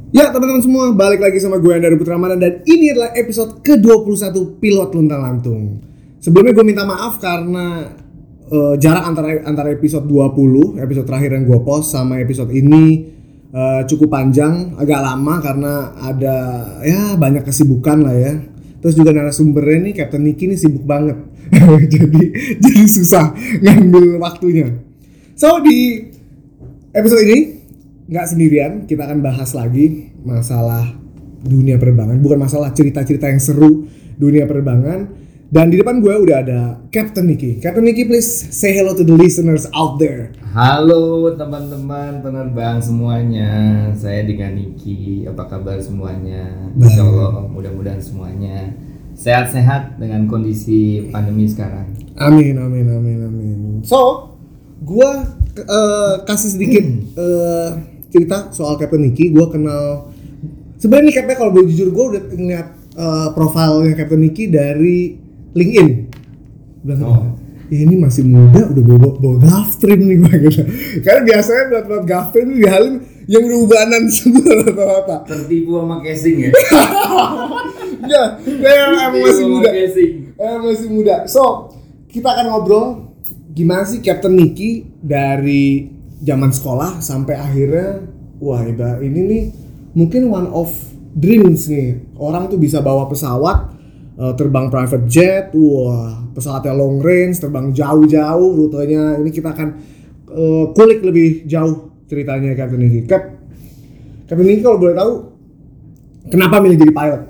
Ya teman-teman semua, balik lagi sama gue Andar Putra Ramadan dan ini adalah episode ke-21 Pilot Luntang Lantung. Sebelumnya gue minta maaf karena jarak antara episode 20, episode terakhir yang gue post sama episode ini cukup panjang, agak lama karena ada ya banyak kesibukan lah ya. Terus juga narasumbernya nih Captain Nicky nih sibuk banget. jadi susah ngambil waktunya. So di episode ini nggak sendirian, kita akan bahas lagi masalah dunia penerbangan, bukan masalah cerita-cerita yang seru dunia penerbangan. Dan di depan gue udah ada Captain Nicky. Captain Nicky, please say hello to the listeners out there. Halo teman-teman penerbang semuanya, saya dengan Nicky. Apa kabar semuanya? Insya Allah mudah-mudahan semuanya sehat-sehat dengan kondisi pandemi sekarang. Amin. So, gue kasih sedikit cerita soal Captain Nicky. Gue kenal sebenarnya nih Captain, kalau boleh jujur gue udah ngeliat profilnya Captain Nicky dari LinkedIn. Ini masih muda udah bawa Gulfstream nih gue gitu. Karena biasanya buat Gulfstream di Halim yang udah ubanan semua rata-rata. Tertipu sama casing ya? Ya, emang masih muda. So, kita akan ngobrol gimana sih Captain Nicky dari zaman sekolah sampai akhirnya, wah ini nih mungkin one of dreams nih. Orang tuh bisa bawa pesawat, terbang private jet, wah pesawatnya long range, terbang jauh-jauh rutenya. Ini kita akan kulik lebih jauh ceritanya Captain Nicky. Captain Nicky kalau boleh tahu, kenapa milih jadi pilot?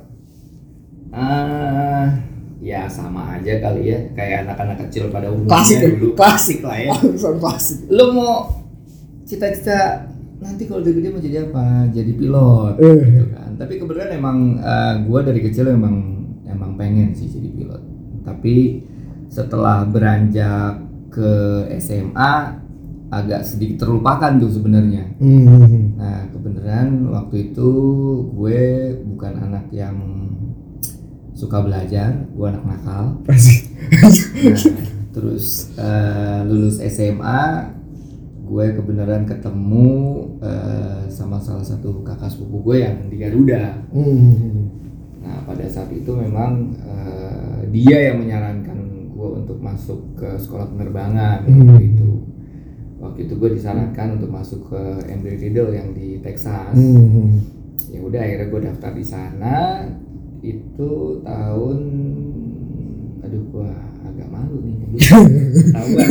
Ya sama aja kali ya, kayak anak-anak kecil pada umumnya dulu. Klasik lah ya. Klasik. Lo mau cita-cita nanti kalau udah gede mau jadi apa? Jadi pilot gitu kan. Tapi kebetulan emang gue dari kecil emang pengen sih jadi pilot. Tapi setelah beranjak ke SMA agak sedikit terlupakan tuh sebenarnya. Nah kebenaran waktu itu gue bukan anak yang suka belajar, gue anak nakal. Nah, terus lulus SMA, gue kebenaran ketemu sama salah satu kakak sepupu gue yang di Garuda. Nah pada saat itu memang dia yang menyarankan gue untuk masuk ke sekolah penerbangan. Waktu itu gue disarankan untuk masuk ke Embry-Riddle yang di Texas. Ya udah akhirnya gue daftar di sana. Itu tahun, aduh gue agak malu nih tahu gak?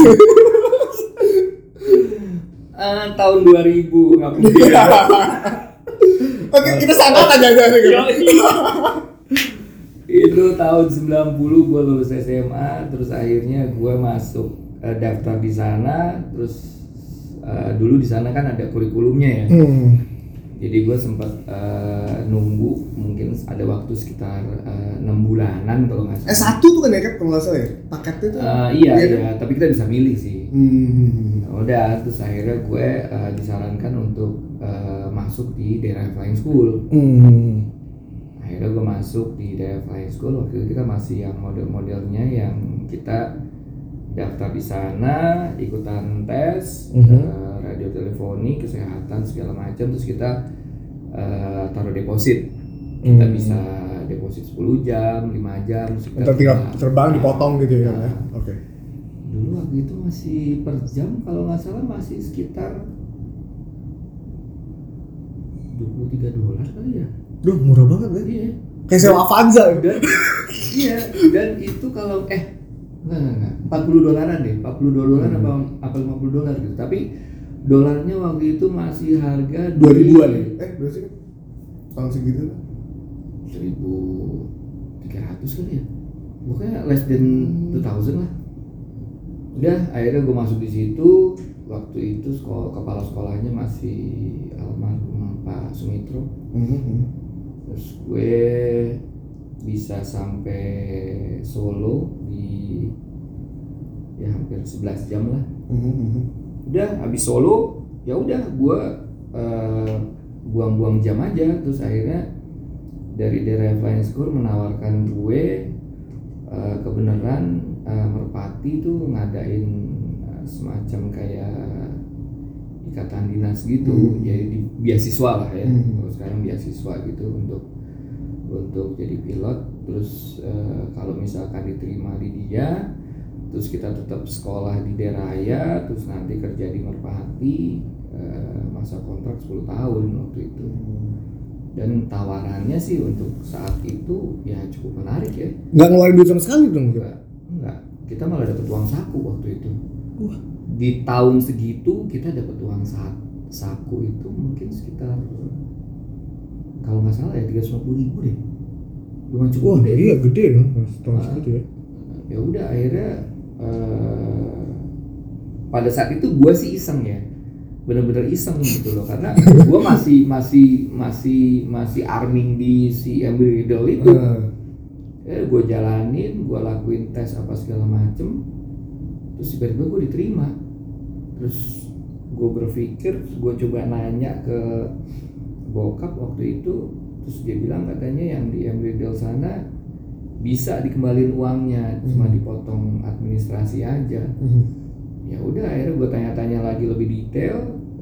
Tahun 2000 nggak mungkin. Oke, kita sangat aja gitu. Itu tahun 90 gue lulus SMA, terus akhirnya gue masuk daftar di sana, terus dulu di sana kan ada kurikulumnya ya. Jadi gue sempat nunggu, mungkin ada waktu sekitar 6 bulanan kalau nggak salah. S1 tuh kan ya Cap, kalau nggak salah ya? Paketnya tuh? Iya, tapi kita bisa milih sih. Udah, terus akhirnya gue disarankan untuk masuk di daerah flying school. Akhirnya gue masuk di daerah flying school. Waktu itu kita masih yang model-modelnya yang kita daftar di sana, ikutan tes, radio teleponi, kesehatan segala macam, terus kita taruh deposit. Kita bisa deposit 10 jam, 5 jam, kita tinggal terbang dipotong gitu ya. Oke. Dulu waktu itu masih per jam kalau nggak salah masih sekitar $23 kali ya. Duh, murah banget kan? Iya. Kayak sewa Avanza ya? Dan itu kalau Enggak, $40 deh, $40 apa $50 gitu. Tapi dolarnya waktu itu masih harga 2000-an ya? Berapa sih kan? Tahun segitu kan? 1.300 kali ya? Pokoknya less than 2,000 lah. Udah, akhirnya gue masuk di situ. Waktu itu kepala sekolahnya masih almarhum Pak Sumitro. Terus gue bisa sampai Solo di ya hampir 11 jam lah. Udah habis Solo ya udah gue buang-buang jam aja. Terus akhirnya dari daerah flying school menawarkan gue kebenaran Merpati tuh ngadain semacam kayak ikatan dinas gitu, jadi beasiswa lah ya. Kalau sekarang beasiswa gitu untuk jadi pilot. Terus kalau misalkan diterima di dia, terus kita tetap sekolah di Deraya, terus nanti kerja di Merpati, masa kontrak 10 tahun waktu itu. Dan tawarannya sih untuk saat itu ya cukup menarik ya. Nggak ngeluarin duit sama sekali dong? Enggak. Kita malah dapat uang saku waktu itu. Wah. Di tahun segitu kita dapat uang saku itu mungkin sekitar, kalau nggak salah ya 350.000 deh. Lumayan cukup. Wah, iya gede dong tahun segitu ya. Ya udah akhirnya pada saat itu gue sih iseng ya, bener-bener iseng gitu loh, karena gue masih arming di si Embry Riddle itu. Gue jalanin, gue lakuin tes apa segala macem, terus tiba-tiba gue diterima. Terus gue berpikir, gue coba nanya ke bokap waktu itu, terus dia bilang katanya yang di Embry Riddle sana bisa dikembalin uangnya, cuma dipotong administrasi aja. Ya udah akhirnya gue tanya-tanya lagi lebih detail,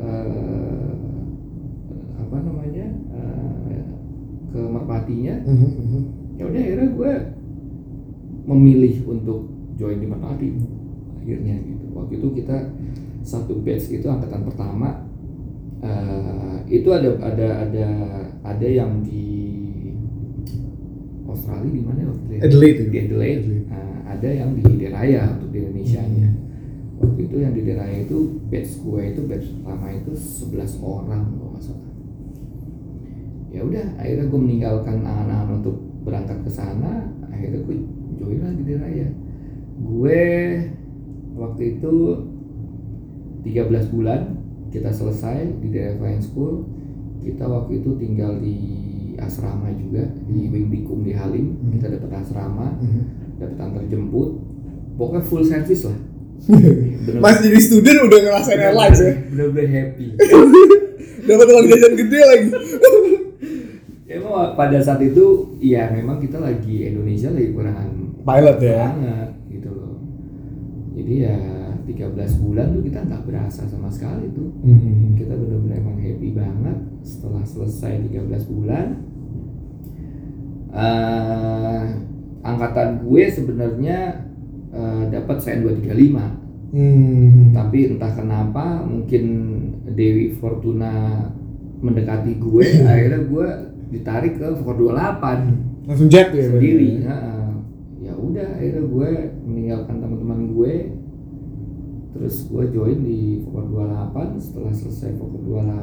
ke Merpatinya. Ya udah akhirnya gue memilih untuk join di Merpati akhirnya gitu. Waktu itu kita satu batch itu angkatan pertama, itu ada yang di Australia, di mana waktu itu? Adelaide. Di Adelaide. Ada yang di Deraya untuk di Indonesianya. Waktu itu yang di Deraya itu batch gue itu batch pertama itu 11 orang kalau nggak salah. Ya udah akhirnya gue meninggalkan angan-angan untuk berangkat ke sana, akhirnya gue join lagi di Deraya. Gue waktu itu 13 bulan kita selesai di Deraya Flying School. Kita waktu itu tinggal di asrama juga di Wing Bikum di Halim. Kita dapat asrama, dapat antar jemput, pokoknya full service lah. Masih jadi student udah ngerasain airlines ya? Bener-bener happy. Dapat uang jajan gede lagi. Emang pada saat itu ya memang kita lagi Indonesia lagi kurangan pilot ya banget gitu loh. Jadi ya 13 bulan tuh kita nggak berasa sama sekali tuh. Kita benar-benar emang happy banget. Setelah selesai 13 bulan, angkatan gue sebenarnya dapat CN 235. Tapi entah kenapa mungkin Dewi Fortuna mendekati gue, akhirnya gue ditarik ke Fokker 28. Langsung jet ya sendiri. Ya udah akhirnya gue meninggalkan teman-teman gue. Terus gue join di Fokker 28. Setelah selesai Fokker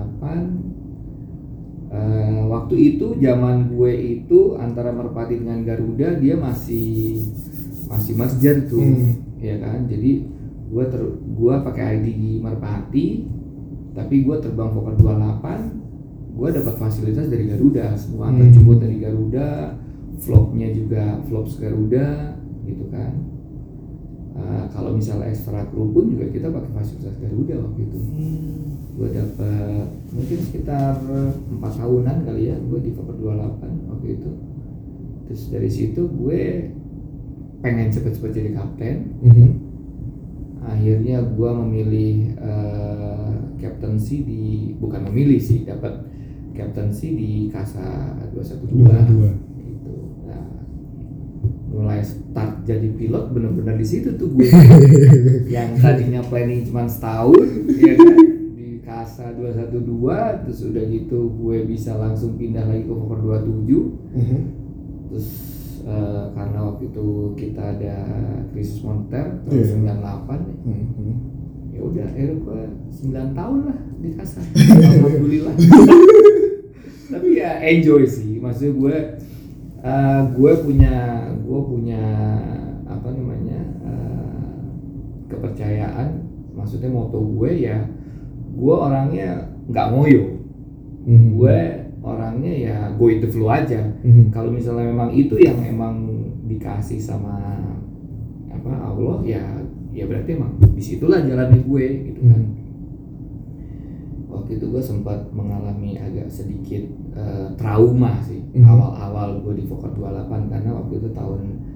28, waktu itu zaman gue itu antara Merpati dengan Garuda dia masih merger tuh, ya kan. Jadi gue pakai ID di Merpati, tapi gue terbang Fokker 28, gue dapat fasilitas dari Garuda, semua antar jemput dari Garuda, vlognya juga vlogs Garuda, gitu kan. Kalau misalnya ekstra kru pun juga kita pakai fasilitas Garuda waktu itu. Gue dapat mungkin sekitar 4 tahunan kali ya gue di Fokker 28 waktu itu. Terus dari situ gue pengen cepet-cepet jadi kapten. Akhirnya gue memilih captaincy bukan memilih sih, dapat captaincy di Kasa 212 gitu. Nah, mulai start jadi pilot benar-benar di situ tuh gue. Yang tadinya planning cuma setahun ya kan, di Kasa 212, terus udah gitu gue bisa langsung pindah lagi ke Fokker 27. Terus karena waktu itu kita ada krisis moneter tahun 98, ya udah akhirnya gue 9 tahun lah di Kasa. Alhamdulillah. Tapi ya enjoy sih, maksudnya gue punya apa namanya kepercayaan, maksudnya moto gue ya, gue orangnya nggak ngoyo. Gue orangnya ya go with the flow aja. Kalau misalnya memang itu yang emang dikasih sama Allah ya berarti emang disitulah jalannya gue gitu kan. Waktu itu gue sempat mengalami agak sedikit trauma sih awal-awal gue di Fokker 28, karena waktu itu tahun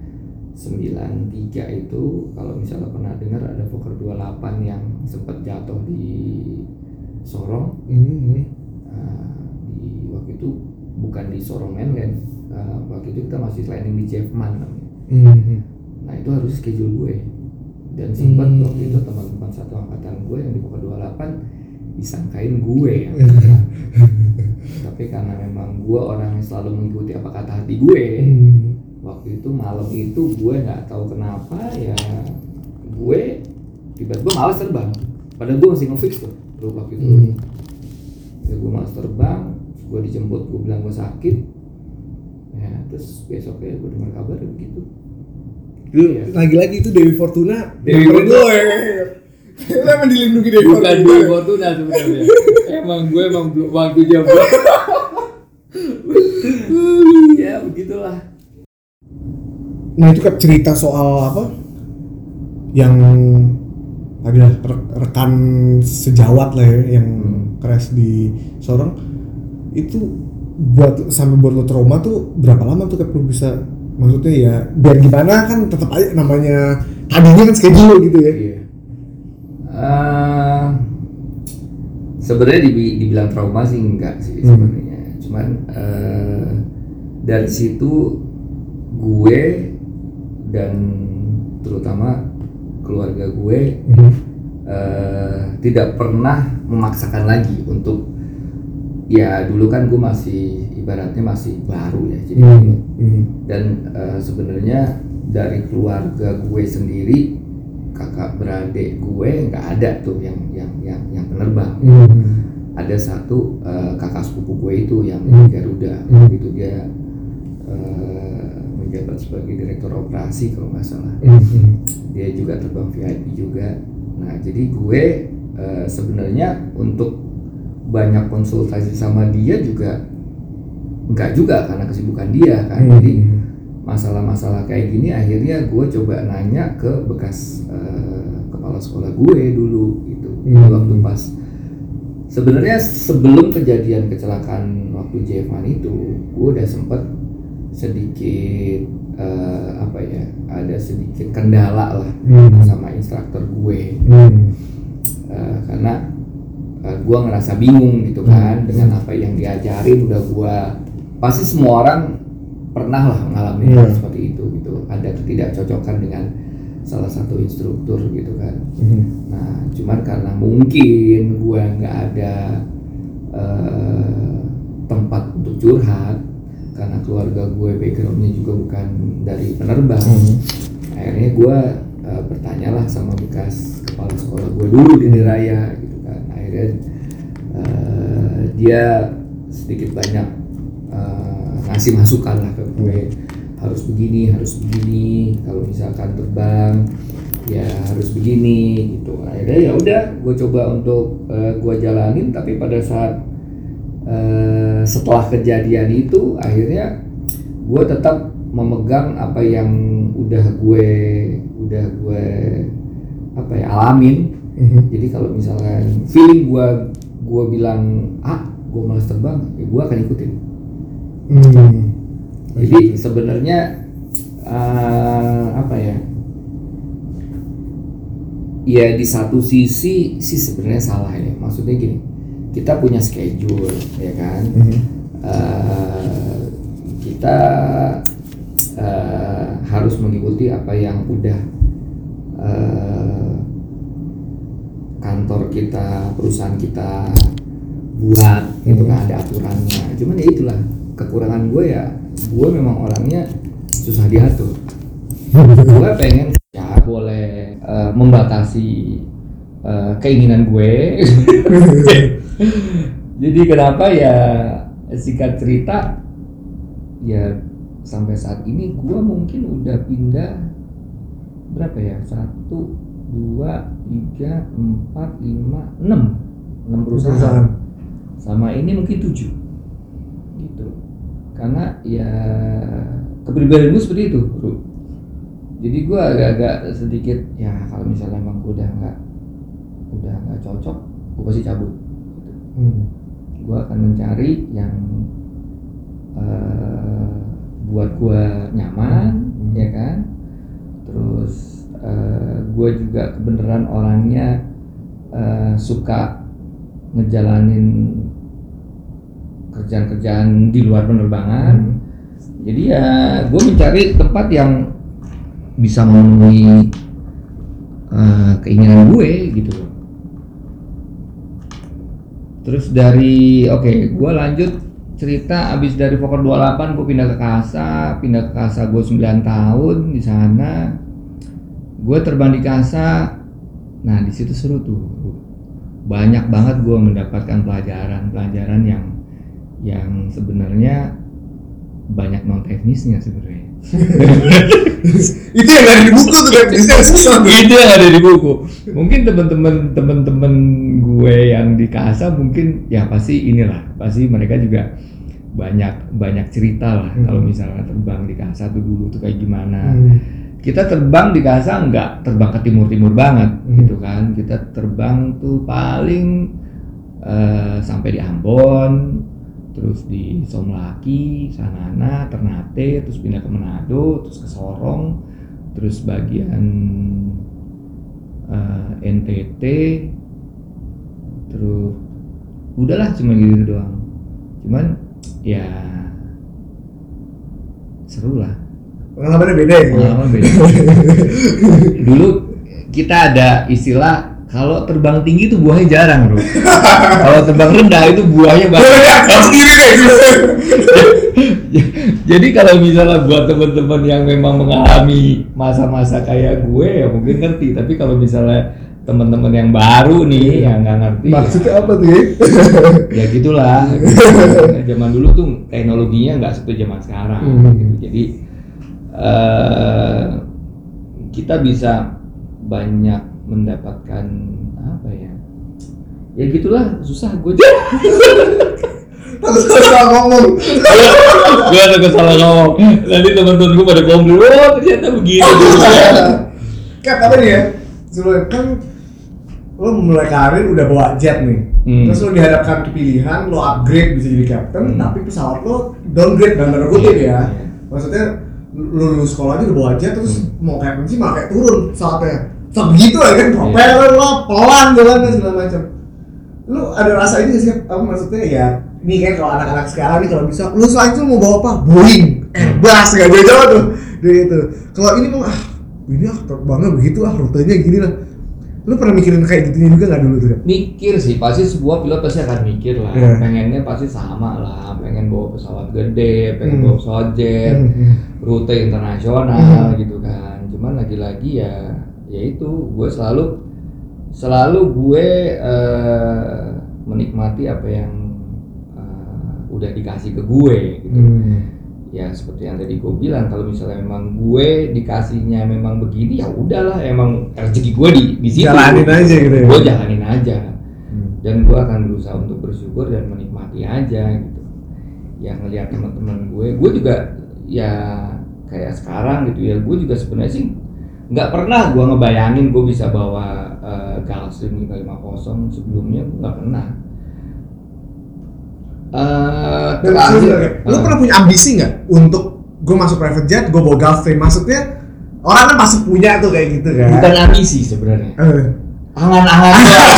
93 itu, kalau misalnya pernah dengar ada Fokker 28 yang sempat jatuh di Sorong. Di waktu itu bukan di Sorong mainland, waktu itu kita masih landing di Jeffman namanya. Nah itu harus schedule gue, dan sempat waktu itu teman-teman satu angkatan gue yang di pokok 28 disangkain gue ya. Tapi karena memang gue orang yang selalu mengikuti apa kata hati gue, waktu itu malam itu gue nggak tahu kenapa ya gue tiba-tiba malas terbang, padahal gue masih ngefix tuh waktu itu. Ya gue malas terbang, gue dijemput, gue bilang gue sakit, ya terus besoknya gue dengar kabar begitu. Ya. Lagi-lagi itu Dewi Fortuna. Dewi Fortuna. Kita emang dilindungi Dewi Fortuna. Bukan Dewi Fortuna sebenarnya. Emang gue belum waktunya belum. Ya begitulah. Nah itu kan cerita soal apa? Yang adalah rekan sejawat lah ya, yang crash di Sorong itu buat lo trauma tuh berapa lama tuh perlu bisa, maksudnya ya biar gimana kan tetap aja namanya tadinya kan schedule gitu ya. Iya. Sebenarnya dibilang trauma sih enggak sih sebenarnya, cuman dari situ gue dan terutama keluarga gue tidak pernah memaksakan lagi untuk, ya dulu kan gue masih ibaratnya masih baru ya jadi dan sebenarnya dari keluarga gue sendiri, kakak beradik gue nggak ada tuh yang penerbang. Ada satu kakak sepupu gue itu yang Garuda, itu dia menjabat sebagai direktur operasi kalau nggak salah. Dia juga terbang VIP juga. Nah jadi gue sebenarnya untuk banyak konsultasi sama dia juga nggak juga karena kesibukan dia kan. Jadi masalah-masalah kayak gini akhirnya gue coba nanya ke bekas kepala sekolah gue dulu gitu. Waktu pas sebenarnya sebelum kejadian kecelakaan waktu J1 itu gue udah sempet sedikit ada sedikit kendala lah sama instruktur gue. Karena gue ngerasa bingung gitu kan dengan apa yang diajarin. Udah gue pasti semua orang pernah lah ngalamin hal seperti itu gitu, ada ketidakcocokan dengan salah satu instruktur gitu kan. Nah cuman karena mungkin gue nggak ada tempat untuk curhat karena keluarga gue backgroundnya juga bukan dari penerbang, akhirnya gue bertanyalah sama bekas kepala sekolah gue dulu di Niraya gitu kan. Akhirnya dia sedikit banyak ngasih masukan lah ke gue, harus begini, kalau misalkan terbang ya harus begini gitu. Akhirnya ya udah gue coba untuk gue jalanin, tapi pada saat setelah kejadian itu akhirnya gue tetap memegang apa yang udah gue alamin. Jadi kalau misalkan feeling gue bilang gue malas terbang, ya gue akan ikutin. Jadi sebenarnya ya di satu sisi sih sebenarnya salah ya, maksudnya gini, kita punya schedule ya kan, kita harus mengikuti apa yang udah kantor kita, perusahaan kita buat gitu kan, ada aturannya. Cuman ya itulah kekurangan gue, ya gue memang orangnya susah diatur. Gue pengen ya boleh membatasi keinginan gue. Jadi kenapa ya, singkat cerita ya sampai saat ini gue mungkin udah pindah berapa ya, 1, 2, 3, 4, 5, 6 perusahaan. Sama ini mungkin 7 gitu. Karena ya kepribadian gue seperti itu, Bro. Jadi gue agak-agak sedikit ya, kalau misalnya emang gue udah nggak cocok, gue pasti cabut gitu. Gue akan mencari yang buat gue nyaman, ya kan. Terus gue juga kebenaran orangnya suka ngejalanin kerjaan-kerjaan di luar penerbangan. Jadi ya gue mencari tempat yang bisa memenuhi keinginan gue gitu loh. Terus dari gue lanjut cerita. Abis dari Fokker 28 gue pindah ke Kasa gue 9 tahun di sana. Gue terbang di Kasa. Nah di situ seru tuh, banyak banget gue mendapatkan pelajaran yang sebenarnya banyak non teknisnya sebenarnya. Itu yang ada di buku tuh kan, itu yang ada di buku. Mungkin teman-teman gue yang di Kasa mungkin ya pasti mereka juga banyak cerita lah. Kalau misalnya terbang di Kasa tuh dulu tuh kayak gimana. Kita terbang di Kasa nggak terbang ke timur banget gitu kan. Kita terbang tuh paling sampai di Ambon, terus di Somlaki, Sanana, Ternate, terus pindah ke Manado, terus ke Sorong, terus bagian NTT, terus udahlah cuma gitu doang. Cuman ya seru lah. Pengalamannya beda ya? Pengalaman beda. Dulu kita ada istilah kalau terbang tinggi itu buahnya jarang, bro. Kalau terbang rendah itu buahnya banyak. Jadi kalau misalnya buat teman-teman yang memang mengalami masa-masa kayak gue ya mungkin ngerti. Tapi kalau misalnya teman-teman yang baru nih yang nggak ngerti. Maksudnya apa tuh ya? Ya gitulah. Zaman dulu tuh teknologinya nggak seperti zaman sekarang. Gitu. Jadi kita bisa banyak mendapatkan apa ya gitulah, susah gue salah ngomong. Gue ada salah ngomong, nanti teman-teman gue pada komplain, ternyata begini. Kan apa nih ya, sebelum kan lo mulai karir udah bawa jet nih, terus lo dihadapkan ke pilihan lo upgrade bisa jadi captain, tapi pesawat lo downgrade dan tanda kutip ya. Maksudnya lo lulus sekolah aja udah bawa jet, terus mau captain sih malah kayak turun pesawatnya. Begitu lah kan, propeller lah, pelan jalannya segala macam. Lu ada rasa ini sih, apa maksudnya ya? Nih kan kalau anak-anak sekarang nih kalau bisa, lu selanjutnya mau bawa apa? Boeing, Airbus, nggak jauh-jauh tuh. Dari itu. Kalau ini mau ini terbangnya begitu rutenya gini lah. Lu pernah mikirin kayak gitunya juga nggak dulu tuh? Mikir sih, pasti sebuah pilot pasti akan mikir lah. Pengennya pasti sama lah, pengen bawa pesawat gede, pengen bawa pesawat jet, rute internasional gitu kan. Cuman lagi-lagi ya itu gue selalu gue menikmati apa yang udah dikasih ke gue gitu. Ya seperti yang tadi gue bilang, kalau misalnya memang gue dikasihnya memang begini ya udahlah, emang rezeki gue di situ. Jalanin aja gitu ya. Gue jalanin aja. Dan gue akan berusaha untuk bersyukur dan menikmati aja gitu. Yang ngelihat teman-teman gue juga ya kayak sekarang gitu ya, gue juga sebenarnya sih nggak pernah gue ngebayangin gue bisa bawa Gulfstream 550 sebelumnya, gue nggak pernah. Lu pernah punya ambisi nggak untuk gue masuk private jet, gue bawa Gulfstream? Maksudnya orang kan pasti punya tuh kayak gitu kan? Bukan ambisi sebenarnya, angan-angan.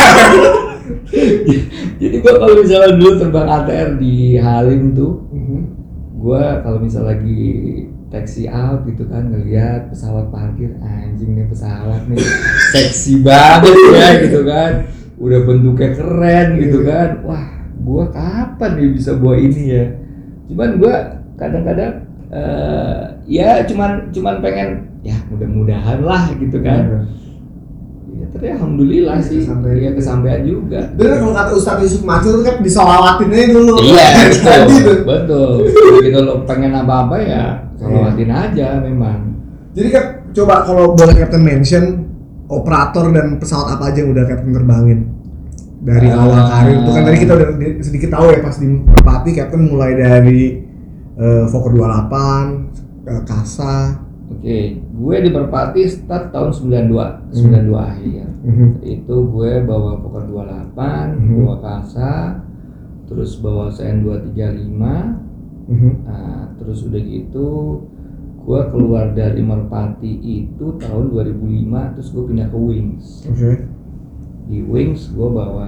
Jadi gue kalau misalnya dulu terbang ATR di Halim tuh, gue kalau misalnya lagi taxi out gitu kan, ngeliat pesawat parkir, anjing nih pesawat nih seksi banget ya gitu kan, udah bentuknya keren gitu kan, wah gua kapan nih bisa bawa ini ya. Cuman gua kadang-kadang ya cuman pengen ya mudah-mudahan lah gitu kan. Ya tapi alhamdulillah sih ya kesampaian juga. Bener kalau kata Ustadz Yusuf Mansur kan disolawatin aja dulu. Iya betul. Begitu lo pengen apa-apa ya salawatin aja memang. Jadi kan coba kalau boleh Captain mention operator dan pesawat apa aja yang udah Captain terbangin dari awal karir itu kan tadi kita udah sedikit tahu ya pas di Merpati Captain mulai dari Fokker 28, Kasa. Oke, gue di Merpati start tahun 92 akhir. Itu gue bawa Fokker 28, bawa Kasa, terus bawa CN 235. Terus udah gitu gue keluar dari Merpati itu tahun 2005, terus gue pindah ke Wings. Di Wings gue bawa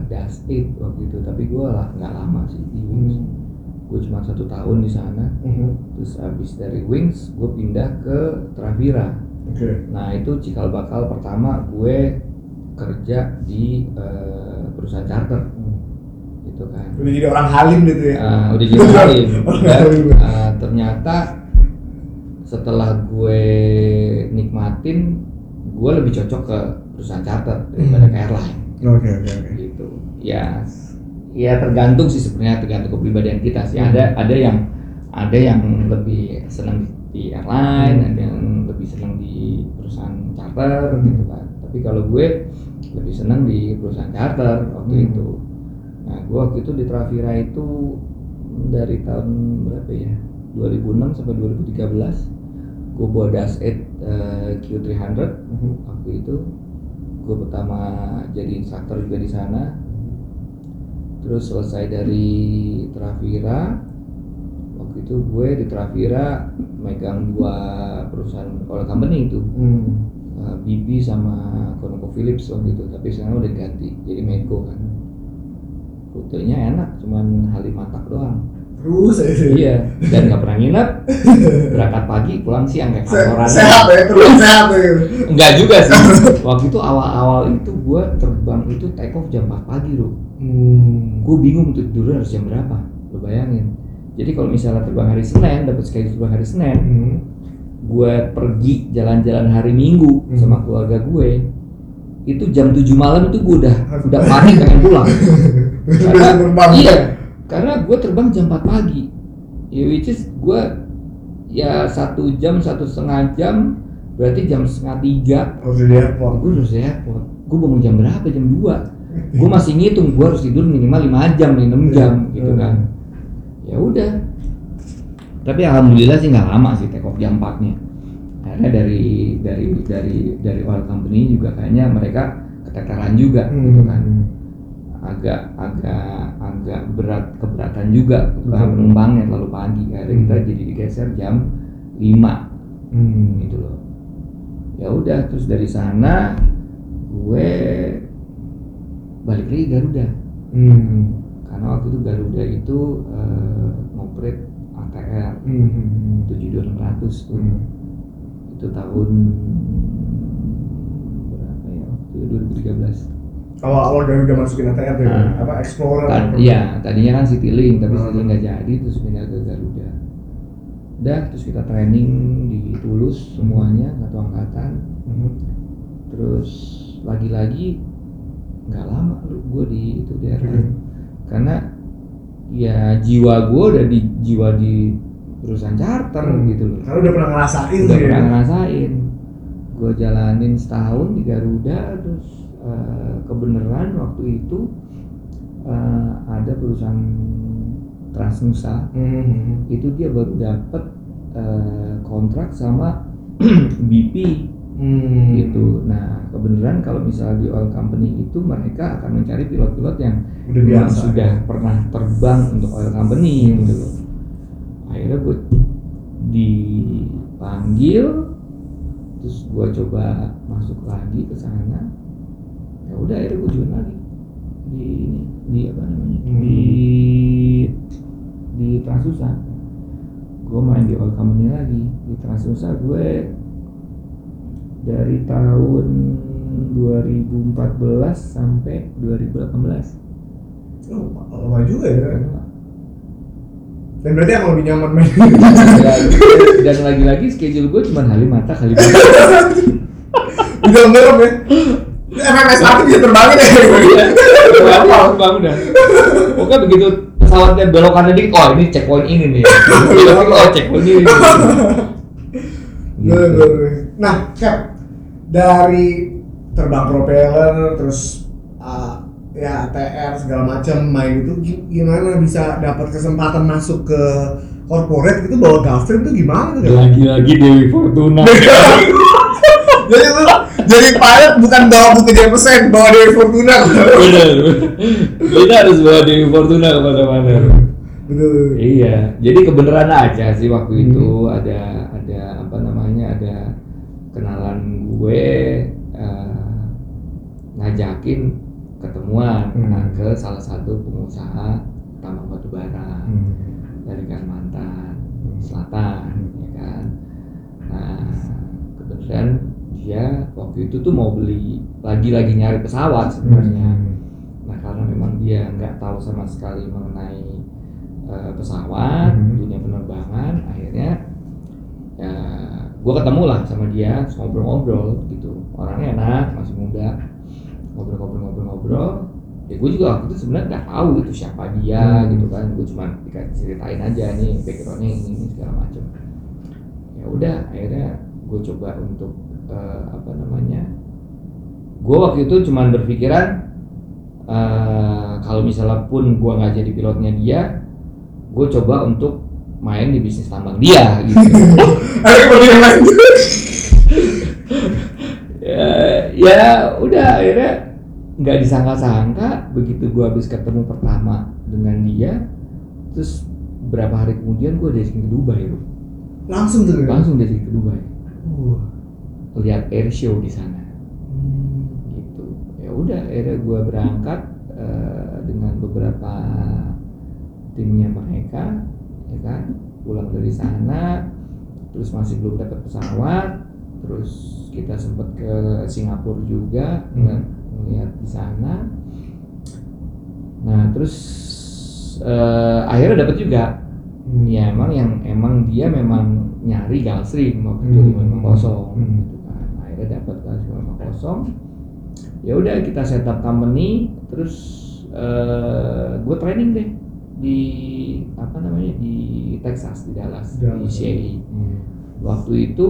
Das 8 waktu itu, tapi gue lah nggak lama sih di Wings. Gue cuma 1 tahun di sana. Terus abis dari Wings gue pindah ke Travira. Nah itu cikal bakal pertama gue kerja di perusahaan charter. Gitu kan. Udah jadi orang halim gitu ya. Udah jadi halim. Dan ternyata setelah gue nikmatin, gue lebih cocok ke perusahaan charter daripada ke airline. Oke. Gitu. Ya tergantung sih sebenarnya, tergantung kepribadian kita sih. Ada yang lebih senang di airline, ada yang lebih senang di perusahaan charter gitu kan. Tapi kalau gue lebih senang di perusahaan charter waktu itu. Nah, gue waktu itu di Travira itu dari tahun berapa ya? 2006 sampai 2013. Gue bawa Das 8 Q300 waktu itu. Gue pertama jadi instruktur juga di sana. Terus selesai dari Travira, waktu itu gue di Travira megang 2 perusahaan oil company itu. BP sama ConocoPhillips waktu itu, tapi sekarang udah ganti jadi Medco kan. Rutenya enak, cuman Halimata doang. Terus Iya, dan nggak pernah nginep. Berangkat pagi, pulang siang kayak kantoran. Sehat ya. Enggak juga sih. Waktu itu awal-awal itu gue terbang itu take off jam 4 pagi loh. Gue bingung tuh tidur harus jam berapa. Lo bayangin. Jadi kalau misalnya terbang hari Senin, dapat schedule terbang hari Senin, gue pergi jalan-jalan hari Minggu sama keluarga gue. Itu jam 7 malam itu gue udah panik pengen pulang. Karena gue terbang jam 4 pagi. Ya which is gue ya 1 jam, 1,5 jam, berarti jam 2:30 harus di airport. Gue harus di airport. Gue bangun jam berapa? Jam 2. Gue masih ngitung gue harus tidur minimal 5 jam, 6 jam gitu kan. Ya udah. Tapi alhamdulillah sih nggak lama sih take off jam 4-nya. Akhirnya dari oil company juga kayaknya mereka keteteran juga gitu kan. Agak keberatan juga karena penumpangnya terlalu pagi. Akhirnya kita jadi digeser jam 5 gitu loh. Ya udah, terus dari sana gue balik lagi Garuda. Karena waktu itu Garuda itu ngoperate ATR 72600 tuh. Itu tahun berapa ya? Waktu 2013. Awal Garuda masukin ATR tuh, apa Explorer? Iya, tadinya kan Citylink, tapi Citylink nggak jadi, terus pindah ke Garuda. Udah, terus kita training di Tulus semuanya, satu angkatan. Terus lagi-lagi nggak lama lu gue di airline. Karena ya jiwa gue udah di perusahaan charter gitu loh. Karena udah pernah ngerasain. Gue jalanin setahun di Garuda, terus kebenaran waktu itu ada perusahaan Transnusa. Itu dia baru dapat kontrak sama BP gitu. Nah kebenaran kalau misalnya di oil company itu mereka akan mencari pilot-pilot yang sudah pernah terbang untuk oil company gitu loh. Akhirnya gue dipanggil, terus gue coba masuk lagi ke sana. Ya udah, akhirnya gue join lagi di apa namanya di Transnusa. Gue main di oil company lagi di Transnusa. Gue dari tahun 2014 sampai 2018. Lama juga ya. Dan berarti yang lebih nyaman main. Dan lagi-lagi schedule gue cuma Halimata. Udah ngerem ya. MMS aku bisa terbangin ya. Terbang udah. Pokoknya begitu pesawatnya belokannya dikit, oh ini checkpoint ini nih. Checkpoint ini. Nah, Cap, dari terbang propeller terus ya ATR segala macam main itu gimana bisa dapat kesempatan masuk ke corporate gitu bawa Gulfstream tuh gimana tuh? Lagi-lagi Dewi Fortuna. Jadi lu jadi pilot bukan bawa buku Jefferson, bawa Dewi Fortuna. Benar. Kita harus bawa Dewi Fortuna kemana-mana. Betul. Iya, jadi kebenaran aja sih waktu itu ada apa namanya, ada kenalan gue ngajakin ketemuan ke salah satu pengusaha tambang batu bara dari Kalimantan Selatan, ya kan. Nah, kebetulan dia waktu itu tuh mau beli lagi nyari pesawat sebenarnya. Nah, karena memang dia nggak tahu sama sekali mengenai pesawat, dunia penerbangan, akhirnya ya gue ketemu lah sama dia, ngobrol-ngobrol gitu. Orangnya enak, masih muda, ngobrol. Ya gue juga waktu itu sebenarnya nggak tahu itu siapa dia gitu kan. Gue cuma ceritain aja nih backgroundnya ini segala macam. Ya udah, akhirnya gue coba untuk gue waktu itu cuma berpikiran kalau misalnya pun gue nggak jadi pilotnya dia, gue coba untuk main di bisnis tambang dia gitu. ya udah, akhirnya nggak disangka-sangka begitu gue habis ketemu pertama dengan dia, terus berapa hari kemudian gue dari ke Dubai bro. Langsung dari ke Dubai. Lihat air show di sana. Gitu. Ya udah, akhirnya gue berangkat dengan beberapa timnya mereka, ya kan, pulang dari sana, terus masih belum dapat pesawat, terus kita sempat ke Singapura juga, melihat di sana. Nah, terus akhirnya dapat juga. Ya emang dia memang nyari Gulfstream waktu itu 550 gitu kan. Akhirnya dapat Gulfstream 550. Ya udah, kita setup company, terus gue training deh di di Texas, di Dallas, di CAE. Waktu itu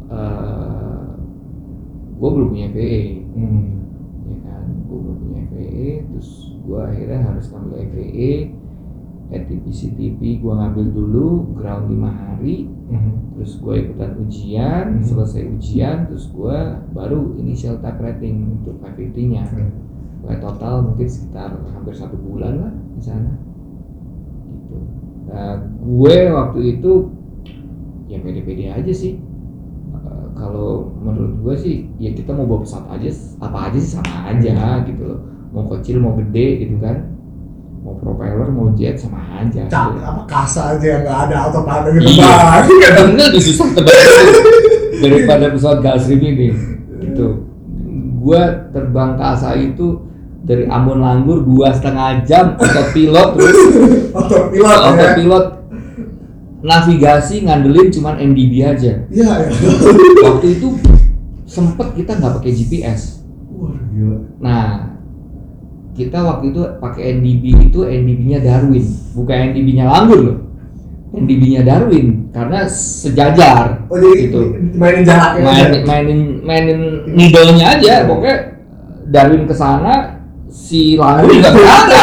gue belum punya FAA, ya kan, gue belum punya FAA, terus gue akhirnya harus ngambil FAA. ATP CTP gue ngambil dulu ground 5 hari, terus gue ikutan ujian, selesai ujian, terus gue baru initial type rating untuk 550 nya. Gue total mungkin sekitar hampir 1 bulan lah di sana gitu. Nah, gue waktu itu ya pede-pede aja sih. Kalau menurut gue sih ya kita mau bawa pesawat aja, apa aja sih sama aja gitu loh, mau kecil mau gede gitu kan, mau propeller mau jet sama aja. Apa kasa aja yang nggak ada autopilot gitu. Iya, bener tuh susah terbang daripada pesawat Gulfstream ini gitu. Gua terbang kasa itu dari Ambon Langgur 2,5 jam autopilot terus autopilot navigasi ngandelin cuman NDB aja. Iya. Waktu itu sempet kita nggak pakai GPS. Wah gila. Nah, kita waktu itu pakai NDB itu NDB-nya Darwin, bukan NDB-nya Langgur loh. NDB-nya Darwin karena sejajar. Oh, jadi gitu. Mainin jaraknya. Mainin needle-nya aja. Pokoknya Darwin ke sana, si Langgur juga ke sana.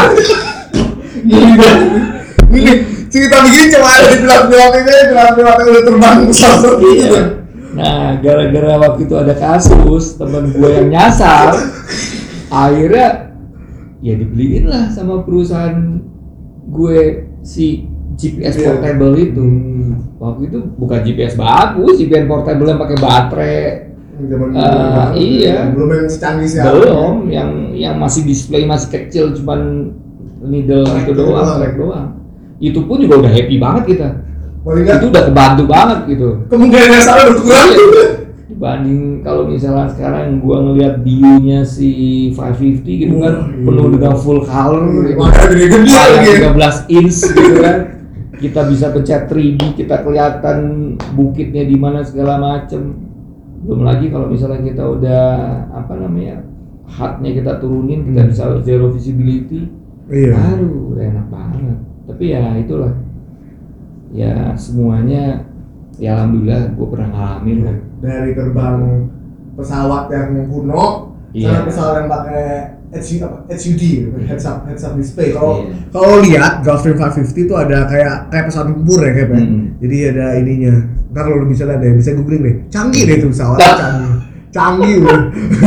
Ini cerita begini cuma ada di pilot-pilot udah terbang pesawat gitu. Nah, gara-gara waktu itu ada kasus teman gue yang nyasar, akhirnya ya dibeliin lah sama perusahaan gue si GPS portable itu. Waktu itu bukan GPS bagus, GPS portable yang pakai baterai. Iya. Belum yang secanggih sih. Belum, yang masih display masih kecil, cuman needle itu doang, track doang. Itu pun juga udah happy banget kita. Itu udah kebantu banget gitu. Kemungkinan salah berkurang. Dibanding kalau misalnya sekarang gua ngelihat view-nya si 550 gitu kan, penuh dengan full color gitu. 13 inch gitu kan. Kita bisa pencet 3D, kita kelihatan bukitnya di mana segala macem. Belum lagi kalau misalnya kita udah HUD-nya kita turunin, kita bisa zero visibility. Aduh, enak banget. Tapi ya itulah. Ya semuanya ya alhamdulillah gue pernah ngalamin lah. Dari terbang pesawat yang kuno sampai pesawat yang pakai HUD, heads up display. Kalau lihat Gulfstream 550 itu ada kayak pesawat tempur ya kayak jadi ada ininya. Ntar lo bisa lihat deh, bisa googling deh. Canggih deh itu pesawat, canggih loh.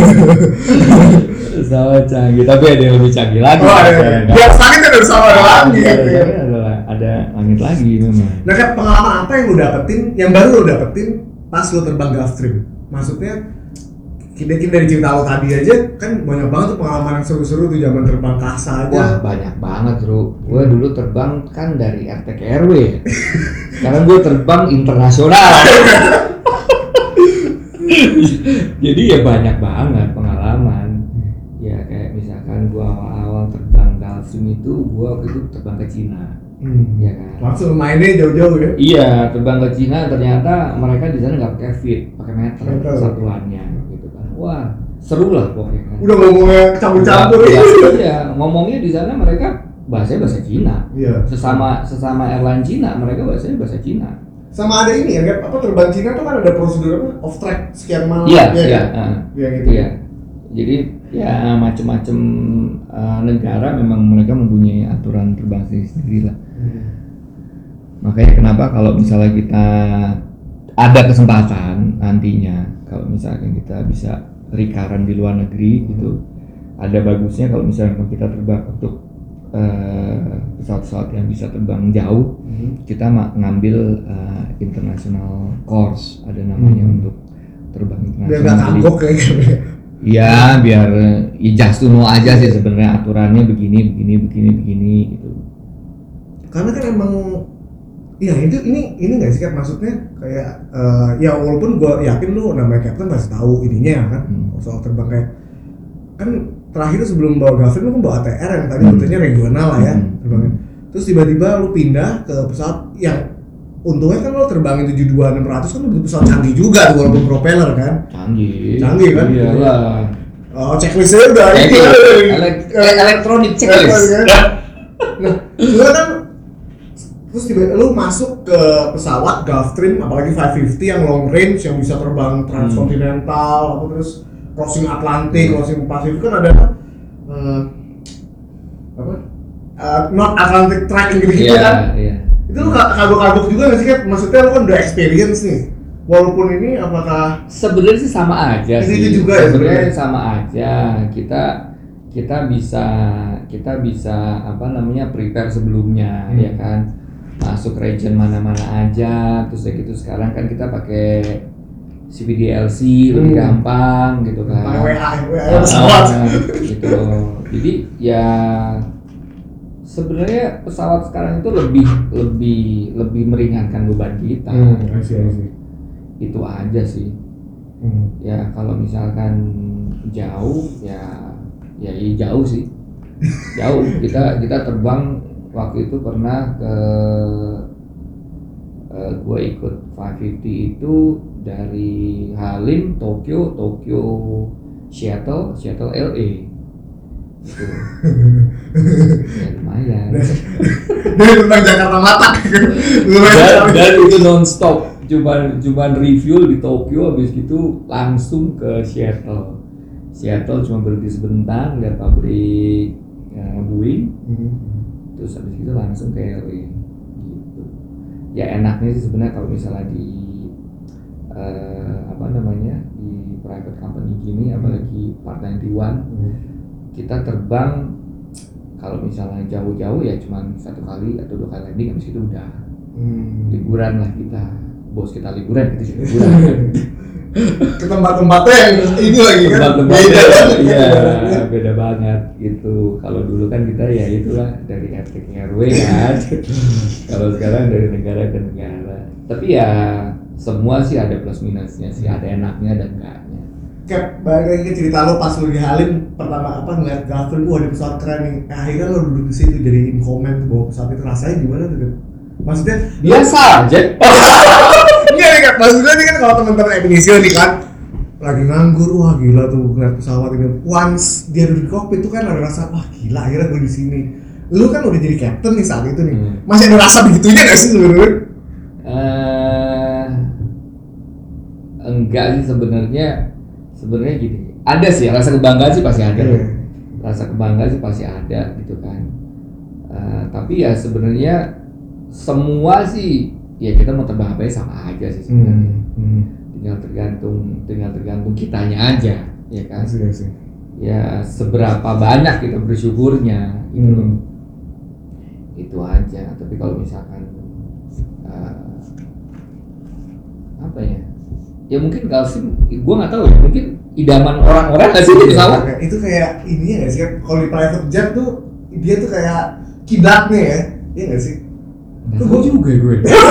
Pesawat canggih, tapi ada yang lebih canggih lagi. Di atas langit ada pesawat lagi. Ada langit lagi memang. Nah, kayak pengalaman apa yang lo dapetin, yang baru lo dapetin pas lo terbang Gulfstream? Maksudnya Kita dari cerita lo tadi aja kan banyak banget tuh pengalaman yang seru-seru tuh zaman terbang kasa aja. Wah banyak banget bro. Gue dulu terbang kan dari RT ke RW. Sekarang gue terbang internasional. Jadi ya banyak banget pengalaman. Ya kayak misalkan gue awal-awal terbang Galsum itu gue waktu itu terbang ke Cina. Ya kan. Langsung mainnya jauh-jauh ya? Iya, terbang ke Cina ternyata mereka di sana nggak pakai feet, pakai meter satuannya, gitu kan. Wah, seru lah pokoknya. Kan. Udah ngomongnya campur-campur ya? Iya, ngomongnya di sana mereka bahasanya bahasa Cina. Iya. Sesama airline Cina, mereka bahasanya bahasa Cina. Sama ada ini ya, apa terbang Cina tuh kan ada prosedur apa? Off track sekian malam. Iya, ya, iya, iya gitu. Iya. Jadi ya macam-macam negara memang mereka mempunyai aturan terbang sendiri lah. Makanya kenapa kalau misalnya kita ada kesempatan nantinya kalau misalkan kita bisa recurrent di luar negeri gitu, ada bagusnya kalau misalnya kita terbang untuk pesawat-pesawat yang bisa terbang jauh, kita ngambil international course ada namanya untuk terbang internasional. Biar nggak kagok kayaknya. Iya, biar just to know aja sih sebenarnya aturannya begini gitu. Karena kan emang ya itu ini nggak sih kan maksudnya kayak ya walaupun gue yakin lu namanya captain pasti tahu ininya ya kan soal terbang kayak kan terakhir sebelum bawa Gavin lu kan bawa ATR yang tadi rutenya regional lah ya terbangnya. Terus tiba-tiba lu pindah ke pesawat yang untungnya kan lo terbangin 72600 kan betul pesawat canggih juga tuh walaupun propeller kan. Canggih kan? Iyalah. Oh, checklistnya udah elektronik checklist. Nah, juga kan terus tiba-tiba lu masuk ke pesawat Gulfstream apalagi 550 yang long range yang bisa terbang transkontinental apa terus crossing Atlantik, crossing Pasifik kan ada North Atlantic Track yang gitu-gitu kan. Iya. Itu lu kagok-kagok juga nggak sih kan? Maksudnya lu kan udah experience nih. Walaupun ini apakah sebenarnya sih sama aja sih. Itu juga ya sebenarnya sama aja. Kita bisa apa namanya prepare sebelumnya ya kan. Masuk region mana-mana aja. Terus kayak gitu sekarang kan kita pakai CPDLC lebih gampang gitu kan. WA pesawat gitu. Jadi ya sebenarnya pesawat sekarang itu lebih meringankan beban kita. I see. Itu aja sih. Ya kalau misalkan jauh ya jauh sih. Jauh. Kita terbang waktu itu pernah ke gue ikut 550 itu dari Halim, Tokyo, Seattle, LA. Gitu. Ya lumayan. Dari tentang Jakarta Matak. Dan itu non-stop. Cuman refuel di Tokyo, habis gitu langsung ke Seattle. Seattle cuma berhenti sebentar lihat pabrik Boeing. Terus habis itu langsung ke LA. Gitu. Ya enaknya sih sebenarnya kalau misalnya di di private company gini, apalagi part 91. Kita terbang kalau misalnya jauh-jauh ya cuma 1 kali atau 2 kali landing, habis itu udah liburan lah kita. Bos kita liburan, kita liburan. Ke tempat-tempatnya yang ini lagi kan. Beda banget gitu. Kalau dulu kan kita ya itulah dari RT ke RW kan. Kalau sekarang dari negara ke negara. Tapi ya semua sih ada plus minusnya sih, ada enaknya dan enggaknya. Cap, balik lagi ke cerita lo pas lu di Halim pertama ngeliat Gavin, wah ada pesawat keren nih. Akhirnya lo duduk di situ jadi in comment bawa pesawat itu, rasanya gimana tuh kan? Maksudnya biasa aja. Enggak nih kan, maksudnya nih kan kalau teman-teman Indonesia nih kan lagi nganggur, wah gila tuh ngeliat pesawat ini. Once dia duduk di kokpit tuh kan ada rasa, wah gila akhirnya gue di sini. Lu kan udah jadi captain nih saat itu nih, masih ada rasa begitunya nggak sih sebenarnya? Enggak sih sebenarnya gini. Ada sih rasa kebanggaan sih pasti ada. Rasa kebanggaan sih pasti ada gitu kan. Tapi ya sebenarnya semua sih ya kita mau terbang apa sama aja sih sebenarnya. Tinggal tergantung kitanya aja, ya kan. Ya seberapa banyak kita bersyukurnya gitu. Itu aja. Tapi kalau misalkan apa ya? ya mungkin Gulfstream, gue nggak tahu ya, mungkin idaman orang-orang nggak sih di pesawat. Itu kayak ini ya nggak sih, kalau di private jet tuh dia tuh kayak kiblatnya ya, iya nggak sih? Tuh gue juga gue.